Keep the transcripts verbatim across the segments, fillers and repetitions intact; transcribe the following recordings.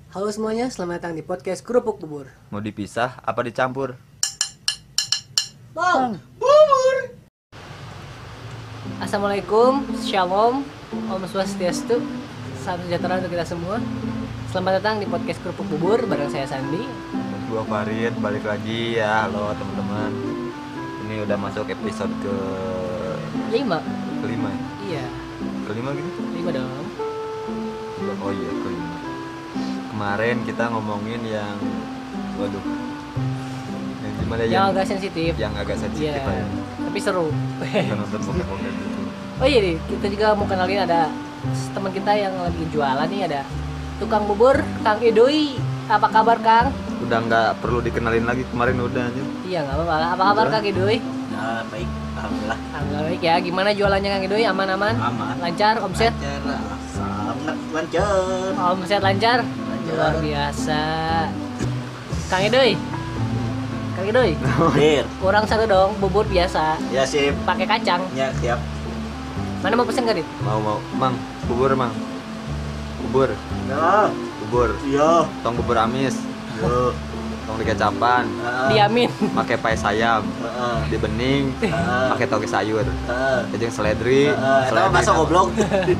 Halo semuanya, selamat datang di podcast Kerupuk Bubur. Mau dipisah apa dicampur? Bang, bubur. Assalamualaikum, shalom, om swastiastu, salam sejahtera untuk kita semua. Selamat datang di podcast Kerupuk Bubur bareng saya Sandi. Gua Farid, balik lagi ya. Halo teman-teman. Ini udah masuk episode ke Lima. kelima ya? Iya, Kelima gitu? lima dong. Oh iya, kelima. Kemarin kita ngomongin yang waduh. Yang gimana Yang agak sensitif. Yang agak sensitif Iya, aja. tapi seru. Kita nonton bokep-bokep gitu. Oh iya nih, kita juga mau kenalin ada teman kita yang lagi jualan nih, ada tukang bubur, Kang Idoi. Apa kabar, Kang? Udah nggak perlu dikenalin lagi, kemarin udah aja. Iya, nggak apa-apa. Apa kabar, Udah. Kang Idoi? Nah, baik, alhamdulillah. Alhamdulillah baik ya. Gimana jualannya Kang Idoi? Aman-aman? Aman. Lancar, omset? Lancar, sangat lancar. Omset lancar? Lancar. Luar biasa. Kang Idoi. Kang Idoi. Dir, Kurang satu dong, bubur biasa. ya sip. Pakai kacang. Ya siap. Mana mau pesen gak, Dit? Mau mau, Mang, bubur Mang. Bubur, Ya, bubur. iya. Tong bubur amis, Yo. tong dikecapan, Heeh. Diamin. pakai pai sayam, Heeh. di bening, Heeh. pakai toge sayur, Heeh. kejeng seledri, Heeh, eta mah masuk goblok.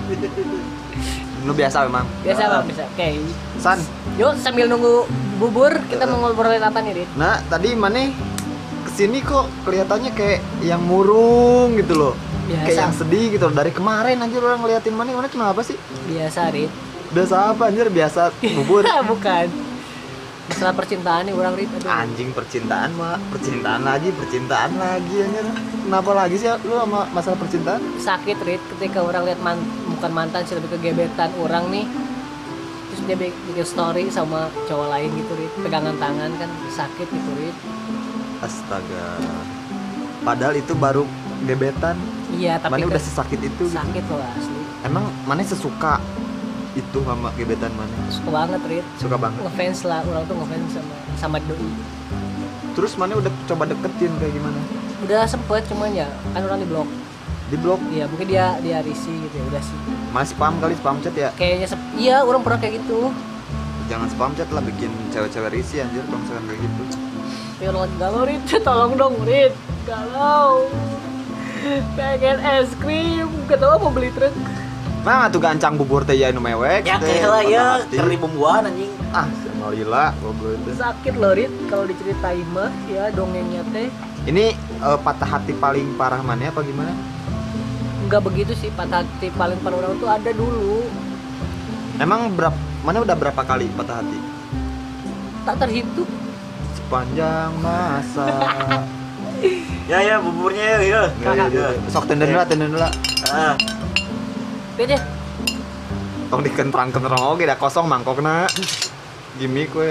Lu biasa memang. Biasa Bang, bisa. Oke. San, Yuk sambil nunggu bubur, kita mau ngobrolin apa nih, Dit? nah tadi mana kesini kok kelihatannya kayak yang murung gitu loh, Biasa. kayak yang sedih gitu loh. Dari kemarin anjir orang ngeliatin mana, mana kenapa sih? Biasa, Dit. Biasa apa anjir, biasa bubur. Bukan. Masalah percintaan nih orang, Dit. Aduh. Anjing percintaan mah, percintaan lagi, percintaan lagi anjir. Kenapa lagi sih lu sama masalah percintaan? Sakit, Rit, ketika orang lihat man, bukan mantan sih, lebih ke gebetan orang nih, terus dia bik- bikin story sama cowok lain gitu, Rit, pegangan tangan kan sakit gitu, Rit. Astaga. Padahal itu baru gebetan. Iya, tapi Mana kan udah sesakit itu gitu. sakit loh asli. Emang mana sesuka itu sama gebetan mana? Suka banget, Rit. Suka banget. Ngefans lah, orang tuh ngefans sama sama doi. Terus mana udah coba deketin kayak gimana? Udah sempet, cuman ya kan orang di blok. Di blok. Iya, mungkin dia dia risih gitu ya, udah sih. Masih spam kali, spam chat ya. Kayaknya sep- iya, orang pernah kayak gitu. Jangan spam chat lah, bikin cewek-cewek risih anjir kalau misalkan kayak gitu. Tapi orang lagi galau, Rit. Tolong dong, Rit. Galau. Pengen es krim, gak tau mau beli truk. Nah, tuh gancang bubur teh ya nu mewek. Ya teh, kayak lah ya, patah hati. keri bumbuan anjing. Ah, sama lila goblok itu. Sakit loh, Rit, kalau diceritain mah ya dongengnya teh. Ini eh, patah hati paling parah mana apa gimana? Enggak begitu sih, patah hati paling parah orang tuh ada dulu. Emang berapa mana udah berapa kali patah hati? Tak terhitung. Sepanjang masa. Ya ya buburnya ya. ya. Nggak, ya, ya. Sok tenden dulu, tenden dulu. Ah, Beda. Tong dikentrang-kentrang oge da kosong mangkokna. Gimik we.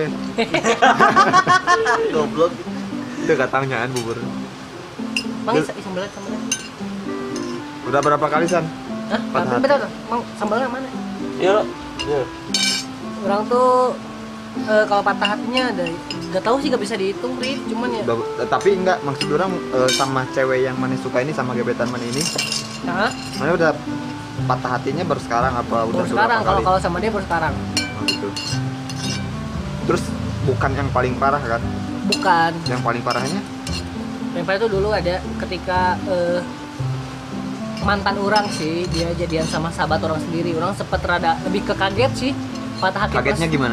goblok. Itu katanyaan bubur. Mang isa sambelan sambelan. Udah berapa kali San? Hah? Patah hati. Bentar, Mang sambelan mana? Ya. Ya. Orang tuh eh, kalau patah hatinya ada nggak tahu sih, nggak bisa dihitung, Rit. Cuman ya Udah, tapi enggak maksud orang eh, sama cewek yang mana suka ini sama gebetan mana ini. nah, Mana udah patah hatinya baru sekarang apa udah baru sekarang, beberapa kalau kali? kalau sama dia baru sekarang. Oh, gitu. Terus bukan yang paling parah kan? Bukan. Yang paling parahnya? Yang paling itu dulu ada ketika eh, mantan orang sih, dia jadian sama sahabat orang sendiri. Orang sempet rada lebih ke kaget sih, patah hati. Kagetnya plus- gimana?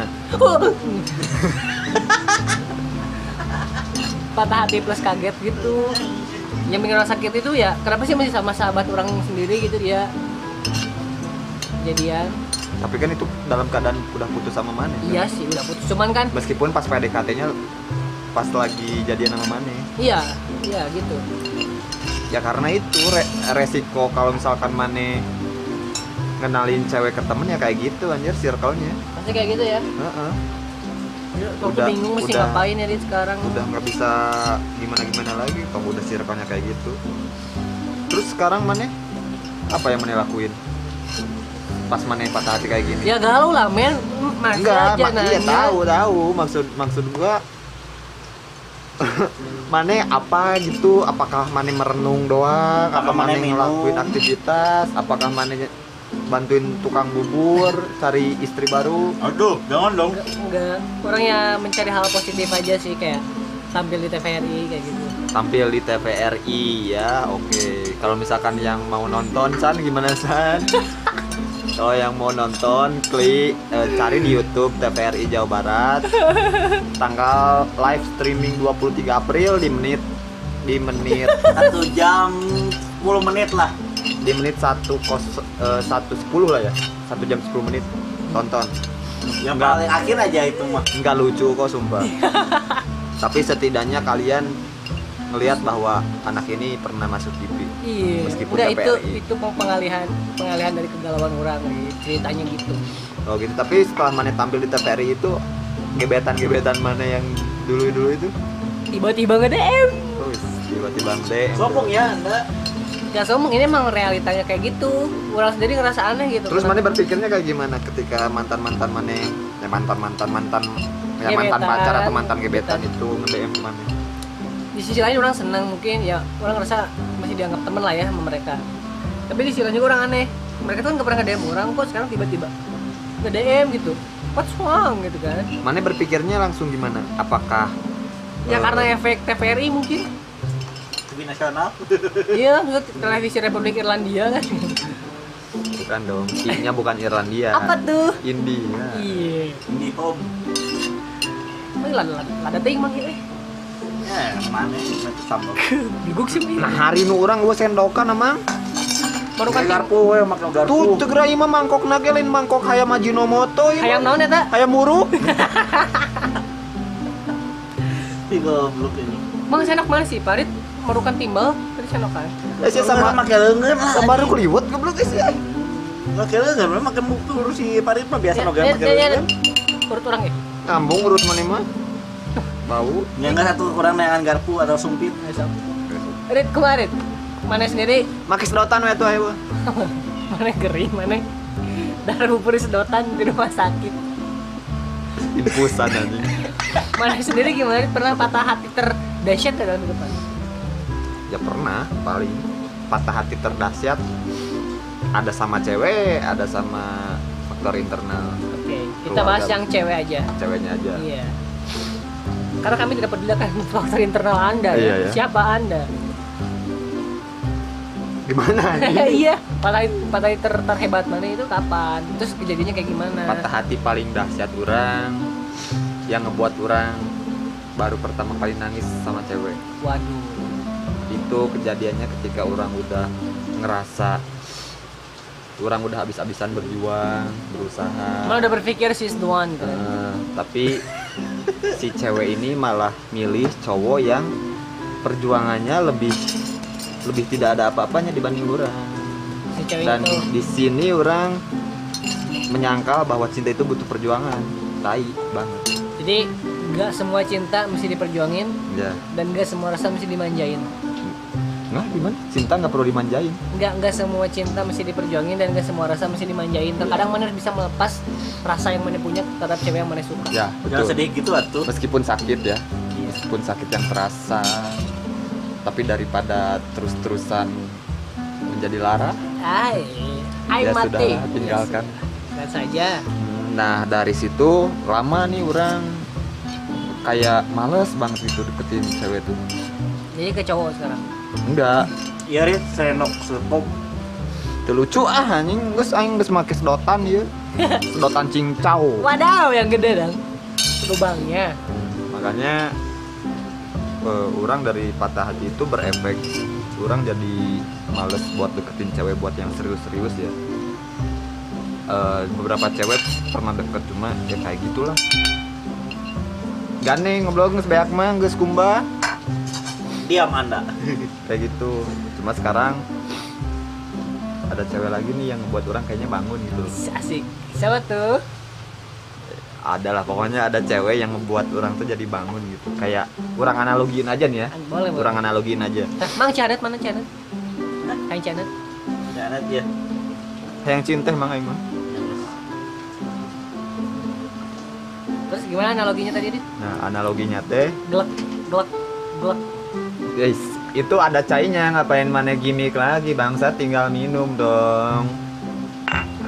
patah hati plus kaget gitu. Yang bikin orang sakit itu ya kenapa sih masih sama sahabat orang sendiri gitu dia jadian. Tapi kan itu dalam keadaan udah putus sama mana? Iya sih udah putus, cuman kan Meskipun pas P D K T-nya pas lagi jadian sama mana? iya iya gitu. Ya karena itu re- resiko kalau misalkan mana ngenalin cewek ke temen ya kayak gitu anjir circle-nya. Pasti kayak gitu ya. Heeh. Aku Udah- bingung mesti udah- ngapain ya Dit sekarang. Udah nggak bisa gimana-gimana lagi kalau udah circle-nya kayak gitu. Terus sekarang mana apa yang mana lakuin? Pas mana patah hati kayak gini? Ya galau lah men, masih Enggak, aja mak iya nanya. tahu tahu maksud maksud gua Mane apa gitu, apakah Mane merenung doang, Apa apa Mane Mane minum? ngelakuin aktivitas, apakah Mane bantuin tukang bubur, cari istri baru. Aduh, jangan dong. Enggak, enggak. Orang ya mencari hal positif aja sih, kayak tampil di T V R I kayak gitu. Tampil di T V R I ya, oke. Kalau misalkan yang mau nonton, San gimana San? Kalau yang mau nonton, klik eh, cari di YouTube T V R I Jawa Barat. Tanggal live streaming dua puluh tiga April di menit di menit Satu jam sepuluh menit lah. di menit satu kos eh, satu sepuluh lah ya. Satu jam sepuluh menit tonton. Yang Enggak. paling akhir aja itu mah. Enggak lucu kok sumpah. Tapi setidaknya kalian ngelihat bahwa anak ini pernah masuk T V. Iya. Meskipun Enggak, T V itu R I. itu mau pengalihan pengalihan dari kegalauan orang nih, ceritanya gitu. Oh gitu. Tapi setelah mana tampil di T V R I itu gebetan-gebetan mana yang dulu-dulu itu? Tiba-tiba nge-D M. Oh, tiba-tiba nge-D M. Sombong ya Anda. Gak sombong, ini emang realitanya kayak gitu. Orang sendiri ngerasa aneh gitu. Terus Orang- mana berpikirnya kayak gimana ketika mantan-mantan mana ya mantan-mantan mantan ya mantan Gebetan. pacar atau mantan gebetan itu nge-D M mana? di sisi lain orang senang, mungkin ya orang ngerasa masih dianggap temen lah ya sama mereka. Tapi di sisi lain juga orang aneh, mereka tuh nggak pernah nge-D M orang, kok sekarang tiba-tiba nge-D M gitu, what's wrong gitu kan. Mana berpikirnya langsung gimana? Apakah Ya eh, karena efek T V R I mungkin. T V nasional. Iya, maksud televisi Republik Irlandia kan. bukan dong, I-nya bukan Irlandia. Apa tuh? India. Iya. Di home. Ini lada lada ting manggil eh. Ya, mana itu sambal. Biguk sih Nah mah. hari nu orang gua sendokan emang. Baru kan garpu we make garpu. Tuh tegera imah mangkok nagelin mangkok hayam Ajinomoto ieu. hayam naon eta? Hayam muru. Ih, goblok ini. Mang senok mana sih? Parit merukan timbal tadi senokan. Eh sih sama make leungeun lah. sama baru kuliwet goblok geus ya. Make leungeun mah make buktu si Parit mah biasa Ya, make ya, make ya, ya. leungeun. Urut orang ya. Ngambung urut mana mah. Bau. Ya enggak satu orang neangan garpu atau sumpit. Rit kemarin mana sendiri Make sedotan we tuh ayo. mana gering mana darah bubur sedotan di rumah sakit. Infusan anjing. Mana sendiri gimana? Pernah patah hati terdahsyat dalam kehidupan? Ya pernah paling patah hati terdahsyat ada sama cewek, ada sama faktor internal Oke, kita bahas Keluarga. yang cewek aja. ceweknya aja. Iya. Karena kami tidak peduli akan faktor internal Anda Iya, ya. ya. Siapa Anda? Gimana anjing? Iya, patah patah hati ter, terhebat mana itu kapan? Terus kejadiannya kayak gimana? Patah hati paling dahsyat orang yang ngebuat orang baru pertama kali nangis sama cewek. Waduh. Itu kejadiannya ketika orang udah ngerasa orang udah habis-habisan berjuang, berusaha. Malah udah berpikir she's the one gitu. Eh, tapi si cewek ini malah milih cowok yang perjuangannya lebih lebih tidak ada apa-apanya dibanding orang. Si cewek Dan itu. di sini orang menyangkal bahwa cinta itu butuh perjuangan. Tai banget. Jadi nggak semua cinta mesti diperjuangin Ya. dan nggak semua rasa mesti dimanjain. Nah, gimana? Cinta nggak perlu dimanjain. Nggak nggak semua cinta mesti diperjuangin dan nggak semua rasa mesti dimanjain. Terkadang mana bisa melepas rasa yang mana punya terhadap cewek yang mana suka. Ya, Jangan betul. sedih gitu atuh. Meskipun sakit ya, Iya. meskipun sakit yang terasa, tapi daripada terus-terusan menjadi lara, Ay, ay ya mati. sudah tinggalkan. Lihat saja. Nah dari situ lama nih orang kayak males banget gitu deketin cewek tuh. Jadi ke cowok sekarang. Enggak, Iya Rit, senok setop. itu lucu ah anjing, geus aing geus make sedotan ieu. Sedotan cincau. Wadaw yang gede dong. Lubangnya. Makanya eh, orang dari patah hati itu berefek orang jadi males buat deketin cewek buat yang serius-serius ya. Eh, beberapa cewek pernah deket cuma ya kayak gitulah. Gane ngobrol geus beak mah geus kumbah Diam Anda. kayak gitu. Cuma sekarang ada cewek lagi nih yang ngebuat orang kayaknya bangun gitu. Asik. Siapa tuh? Ada lah pokoknya ada cewek yang ngebuat orang tuh jadi bangun gitu. Kayak orang analogiin aja nih ya. Boleh, boleh. Orang analogiin aja. Nah, Mang Canet mana Canet? Hai Canet. Jangan ya. Yang cinta emang aing mah. Terus gimana analoginya tadi, Dit? Nah, analoginya teh, Glek, glek, glek. guys, itu ada cainya, ngapain mana gimmick lagi bangsa, tinggal minum dong.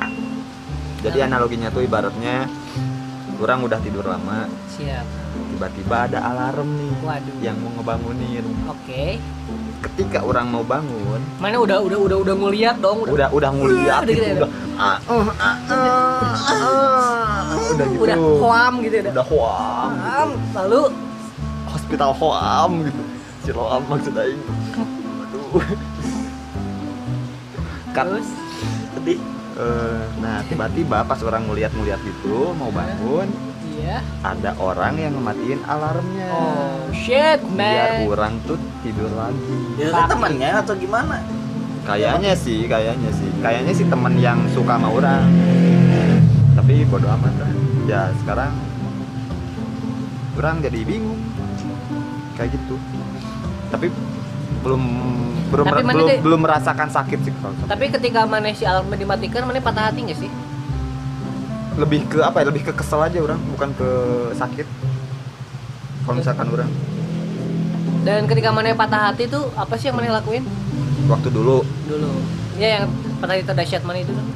Jadi analoginya tuh ibaratnya orang udah tidur lama, Siap. tiba-tiba ada alarm nih Waduh. yang mau ngebangunin. Oke. Ketika orang mau bangun, Mana udah udah udah udah ngeliat dong, udah udah udah nguliat Udah gitu, gitu ya, udah ah, uh, ah, ah, ah, udah gitu. udah hoam gitu ya. Udah hoam. Hoam. Lalu Hospital hoam gitu. Siloam maksud aing. Aduh. Kat. terus Sedih. Eh, nah tiba-tiba pas orang ngeliat-ngeliat gitu mau bangun, iya. ada orang yang ngematiin alarmnya. Oh shit Biar man. orang tuh tidur lagi. Ya kan temannya atau gimana? Kayaknya sih, kayaknya sih, kayaknya sih temen yang suka sama orang. Tapi bodo amat lah. Ya sekarang orang jadi bingung kayak gitu. Tapi belum belum Tapi mana belum, deh- belum merasakan sakit sih kalau. Tapi ketika mana si alarmnya dimatikan, mana patah hati nggak sih? Lebih ke apa ya? Lebih ke kesel aja orang, bukan ke sakit. Kalau misalkan orang Dan ketika mana patah hati tuh apa sih yang mana lakuin? waktu dulu Dulu. Ya yang patah hati terdahsyat mana itu tuh?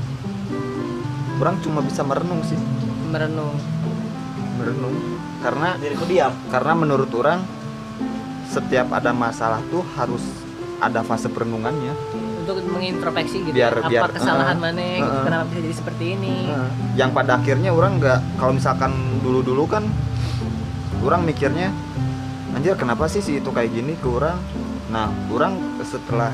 orang cuma bisa merenung sih, Merenung. merenung. Karena Diriku diam. karena menurut orang setiap ada masalah tuh harus ada fase perenungannya. Untuk mengintrospeksi gitu. Biar- apa biar, kesalahan uh, mana? uh, uh. Kenapa bisa jadi seperti ini? Nah, yang pada akhirnya orang nggak, kalau misalkan dulu-dulu kan orang mikirnya anjir kenapa sih si itu kayak gini ke orang. Nah orang setelah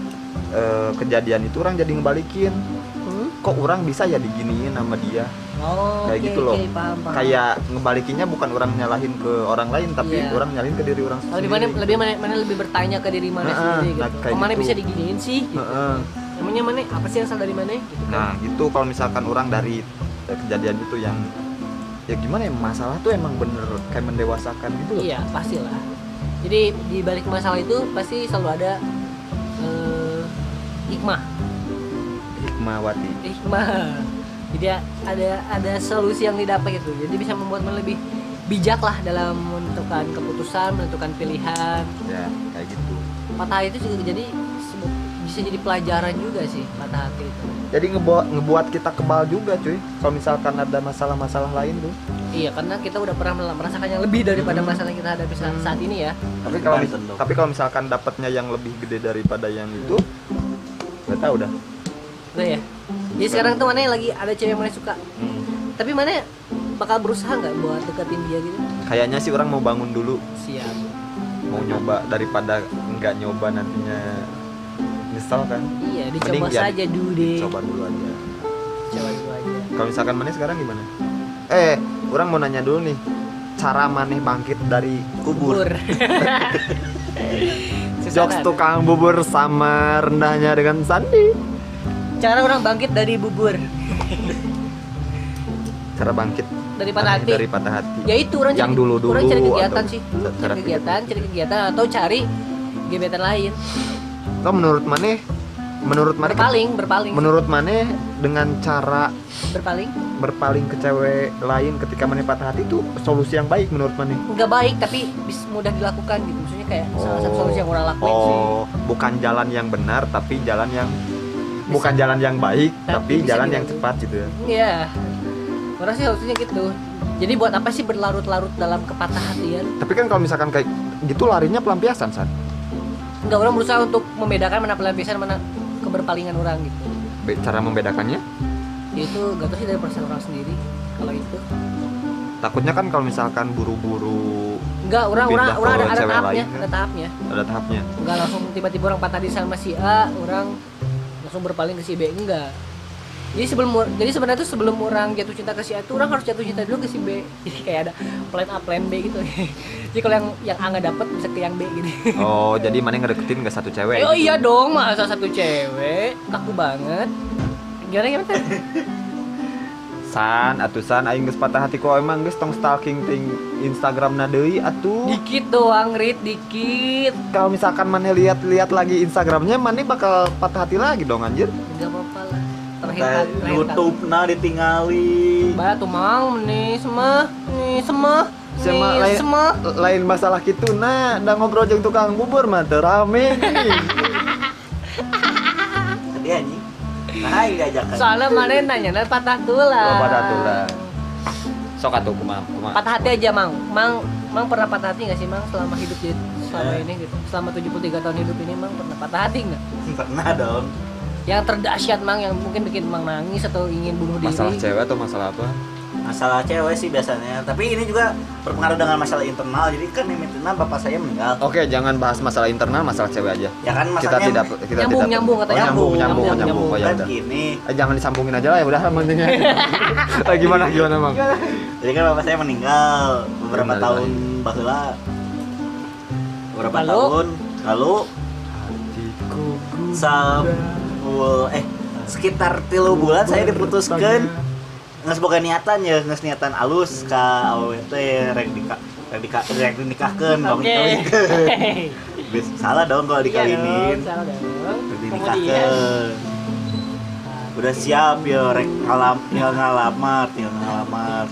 eh, kejadian itu orang jadi ngebalikin, Hmm? kok orang bisa ya diginiin sama dia. Oh, Kayak oke, gitu loh. oke, paham, paham. Kayak ngebalikinnya bukan orang nyalahin ke orang lain, tapi Iya. orang nyalahin ke diri orang lebih sendiri. mana lebih mana, mana lebih bertanya ke diri mana Nah, sendiri nah, gitu. kayak Kok mana gitu. bisa diginiin sih? Gitu. Heeh. Emangnya mana apa sih yang salah dari mana? Gitu kan. Nah gitu kalau misalkan orang dari eh, kejadian itu yang ya gimana ya, masalah tuh emang bener kayak mendewasakan gitu loh. Iya, pastilah. Jadi di balik masalah itu pasti selalu ada eh, hikmah, Hikmawati. hikmah. Jadi ada ada solusi yang didapat gitu. Jadi bisa membuat mana lebih bijak lah dalam menentukan keputusan, menentukan pilihan. Ya kayak gitu. Patah hati itu juga jadi sebu- bisa jadi pelajaran juga sih patah hati itu. Jadi ngebuat ngebuat kita kebal juga cuy. Kalau misalkan ada masalah-masalah lain tuh. Iya, karena kita udah pernah merasakan yang lebih daripada masalah yang kita hadapi saat, saat ini ya. Tapi kalau Tentu. tapi kalau misalkan dapatnya yang lebih gede daripada yang itu, nggak tahu dah. Udah ya. Jadi sekarang tuh mana yang lagi ada cewek yang mana suka. Hmm. Tapi mana bakal berusaha nggak buat deketin dia gitu? Kayaknya sih orang mau bangun dulu, Siap. mau nyoba daripada nggak nyoba nantinya nyesel kan. Iya, dicoba Mending ya saja dulu deh. Coba dulu aja. Coba dulu aja. Kalau misalkan Maneh sekarang gimana? Eh, orang mau nanya dulu nih. Cara Maneh bangkit dari Kubur. jokes tukang bubur sama rendahnya dengan Sandi. Cara orang bangkit dari bubur, Cara bangkit dari patah Maneh hati. dari patah hati. Ya itu orang Yang cari, dulu-dulu orang cari kegiatan atau sih. Dulu cara cari kegiatan, cari kegiatan atau cari gebetan lain. Lo menurut Maneh, menurut Maneh Berpaling, berpaling. menurut Maneh dengan cara berpaling. berpaling ke cewek lain ketika Maneh patah hati itu solusi yang baik menurut Maneh? Nggak baik tapi bisa mudah dilakukan gitu. Maksudnya kayak salah satu solusi yang orang lakuin sih. Oh, bukan jalan yang benar tapi jalan yang bukan jalan yang baik Tapi tapi, bisa jalan yang dilalui. cepat gitu ya. Iya. Orang sih harusnya gitu. Jadi buat apa sih berlarut-larut dalam kepatah hatian? Tapi kan kalau misalkan kayak gitu larinya pelampiasan, San. Enggak, orang berusaha untuk membedakan mana pelampiasan mana keberpalingan orang gitu. Be- Cara membedakannya? Ya itu gak tahu sih dari perasaan orang sendiri kalau itu. Takutnya kan kalau misalkan buru-buru Enggak, orang orang Pindah orang ke ada, ada cewek tahapnya, lain, kan? ada tahapnya. ada tahapnya. Enggak langsung tiba-tiba orang patah hati sama si A, orang langsung berpaling ke si B, enggak. Jadi sebelum jadi sebenarnya tuh sebelum orang jatuh cinta ke si A itu orang harus jatuh cinta dulu ke si B. Jadi kayak ada plan A, plan B gitu. Jadi kalau yang yang A nggak dapet bisa ke yang B gitu. Oh, jadi Maneh ngedeketin gak satu cewek? Oh gitu? iya dong, masa satu cewek kaku banget. Gimana gimana? Teh? San, atuh San, aing geus patah hati kok emang geus tong stalking ting Instagramna deui atuh. Dikit doang, Rit, dikit. Kalau misalkan Maneh lihat-lihat lagi Instagramnya, Maneh bakal patah hati lagi dong anjir. Enggak apa-apa lah. Terakhir Kayak terakhir YouTube nah ditinggali. Bah tuh mau nih semua, nih semua, Sama nih lain, semua. lain masalah gitu nah, udah ngobrol jeung tukang bubur mah teu rame nih. Sedih anjing. Nah, ini ajakan. Soalnya mana nanya nah patah tulang. Oh, patah tulang. Sok atuh kumaha kumaha. Patah hati aja, Mang. Mang, Mang pernah patah hati nggak sih, Mang, selama hidup di selama Eh. ini gitu? Selama tujuh puluh tiga tahun hidup ini, Mang pernah patah hati nggak? Pernah dong. Yang terdahsyat, Mang, yang mungkin bikin Mang nangis atau ingin bunuh diri? Masalah cewek atau masalah apa? Masalah cewek sih biasanya, tapi ini juga berpengaruh dengan masalah internal. Jadi kan yang internal bapak saya meninggal. Oke, jangan bahas masalah internal, masalah cewek aja. Ya kan Kita masalahnya tidak kita Nyambung, tidak nyambung katanya. Oh, nyambung, nyambung, Nyambung, nyambung. Oh, ya kan udah. gini. Eh, jangan disambungin aja lah ya udah pentingnya. Eh, gimana gimana, Bang? Jadi kan bapak saya meninggal beberapa Benar, tahun baheula. Beberapa Lalu? tahun lalu Hatiku sam eh sekitar tilu bulan saya diputuskan nges boga niatan ya, nges niatan alus ka awewe teh rek dika rek dika rek nikahkeun Oke. okay. Salah dong kalau Iya dikawinin. dong, salah dong. Rek Kemudian dinikahkeun. Udah siap ya rek ngalam tinggal ngalamar, tinggal ngalamar.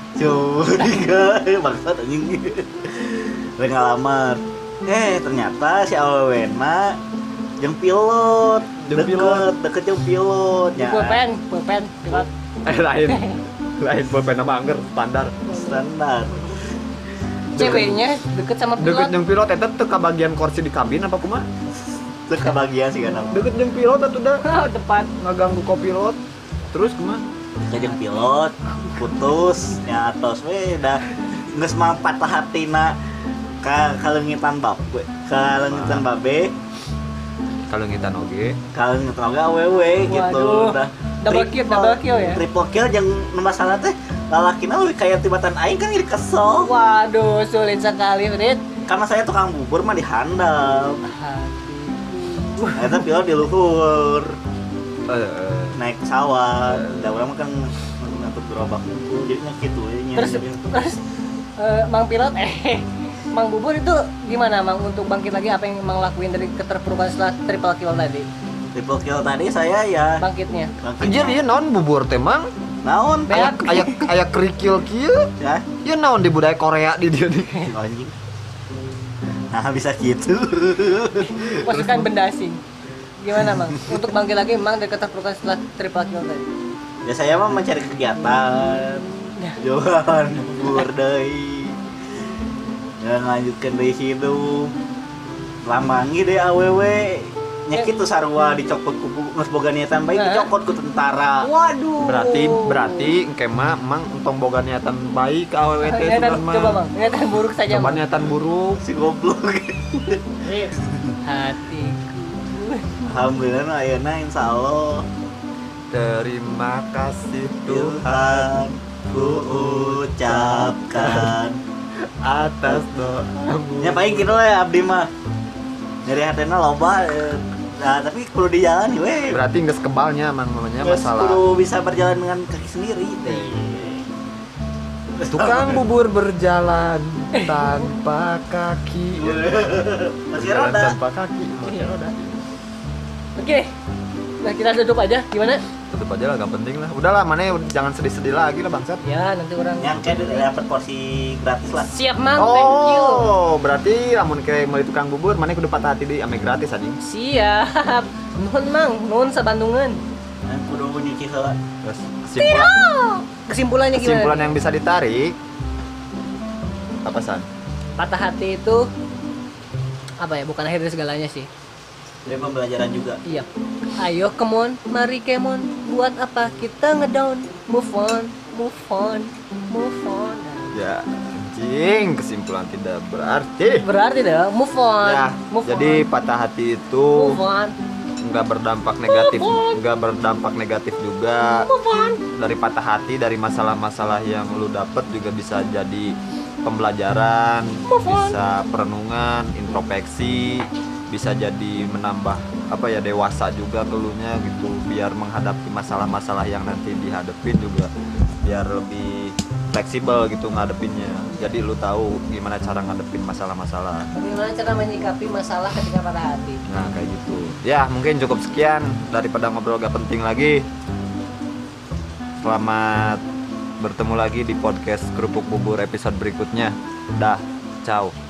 Cuy, bangsat anjing. Rek ngalamar. Eh, ternyata si awewena jeung pilot. Jeung Deket, pilot. deket jeung pilot. Di pulpen, pulpen, pilot. Eh lain. Lain pulpen nama angger standar. Standar. Ceweknya deket sama Deket pilot. jeung pilot eta teu ka bagian kursi di kabin apa kumaha? Terus kebagian sih kan. Deket jeung pilot atuh dah. Oh, depan. Ngaganggu kopilot. Terus kumaha? Jadi pilot putus nya atos we dah geus mah patah hatina ka kalengitan bab we kalengitan babe Kalau ngitan oge. kalengitan oge awewe gitu Waduh. udah Double kill, double kill ya? triple kill jeung nu masalah teh lalakina leuwih kaya tibatan aing kan jadi kesel Waduh, sulit sekali, Frit. karena saya tukang bubur mah dihandap Hatiku. eta pilot di luhur Eh, eh. naik pesawat da urang mah kan ngatup gerobak jadinya kitu we nya Terus, terus eh, Mang Pilot, eh, Mang Bubur itu gimana, Mang, untuk bangkit lagi apa yang Mang lakuin dari keterpurukan setelah triple kill tadi? triple kill tadi saya ya Bangkitnya. Anjir ieu naon bubur teh, Mang? naon Aya aya aya kerikil kieu. ya Ieu naon di budaya Korea di dieu nih. anjing nah bisa gitu Pasukan benda asing. Gimana, Mang? Untuk bangkit lagi, Mang, dari keterpurukan setelah triple kill tadi? ya saya mah mencari kegiatan jualan bubur deui ya lanjutkan dari hidup lamangi deh awewe nya kitu sarua dicokot ku geus boga niatan baik Nah. dicokot ku tentara Waduh. Berarti berarti engke mah Mang entong boga niatan baik ka awewe teh Niatan, sugan mah. coba, Mang. Niatan buruk saja, Coba Mang. niatan buruk. si goblok Hatiku. alhamdulillah nah, ayeuna insyaallah Terima kasih Tuhan Tuhan ku ucapkan atas doamu. ya paling kitu lah ya abdi mah nyari hatena loba eh. Nah, tapi kudu dijalani we Berarti geus kebalnya Mang namanya Terus masalah. kudu bisa berjalan dengan kaki sendiri deh. Tukang bubur berjalan tanpa kaki. Masih Berjalan roda. Tanpa kaki. Masih roda. Oke. Nah, kita tutup aja. Gimana? Tutup aja lah, gak penting lah. Udahlah, mana jangan sedih-sedih lagi lah bangsat. Ya, nanti orang Yang kayak dapat porsi gratis lah. siap, Mang. Thank you. Oh, berarti lamun kayak meuli tukang bubur, mana kudu patah hati di ame gratis anjing. Siap. Nuhun, Mang. Nuhun sabandungan. Yang kudu nyuci heula. Terus kesimpulan, Kesimpulannya gimana? kesimpulan yang bisa ditarik apa san? Patah hati itu apa ya? Bukan akhir dari segalanya sih. Dari pembelajaran juga. Iya. Ayo, come on, mari come on. Buat apa kita ngedown? Move on, move on, move on. Ya, anjing, kesimpulan tidak berarti. Berarti dong, move on. Ya, move jadi on. patah hati itu move on, nggak berdampak negatif, Move on. nggak berdampak negatif juga. move on. Dari patah hati, dari masalah-masalah yang lu dapet juga bisa jadi pembelajaran, Move on. bisa perenungan, introspeksi, bisa jadi menambah apa ya dewasa juga kelunya gitu, biar menghadapi masalah-masalah yang nanti dihadapin juga biar lebih fleksibel gitu ngadepinnya. Jadi lu tahu gimana cara ngadepin masalah-masalah. Bagaimana cara menyikapi masalah ketika patah hati? Nah kayak gitu. Ya mungkin cukup sekian daripada ngobrol gak penting lagi. Selamat bertemu lagi di podcast Kerupuk Bubur episode berikutnya. Dah, ciao.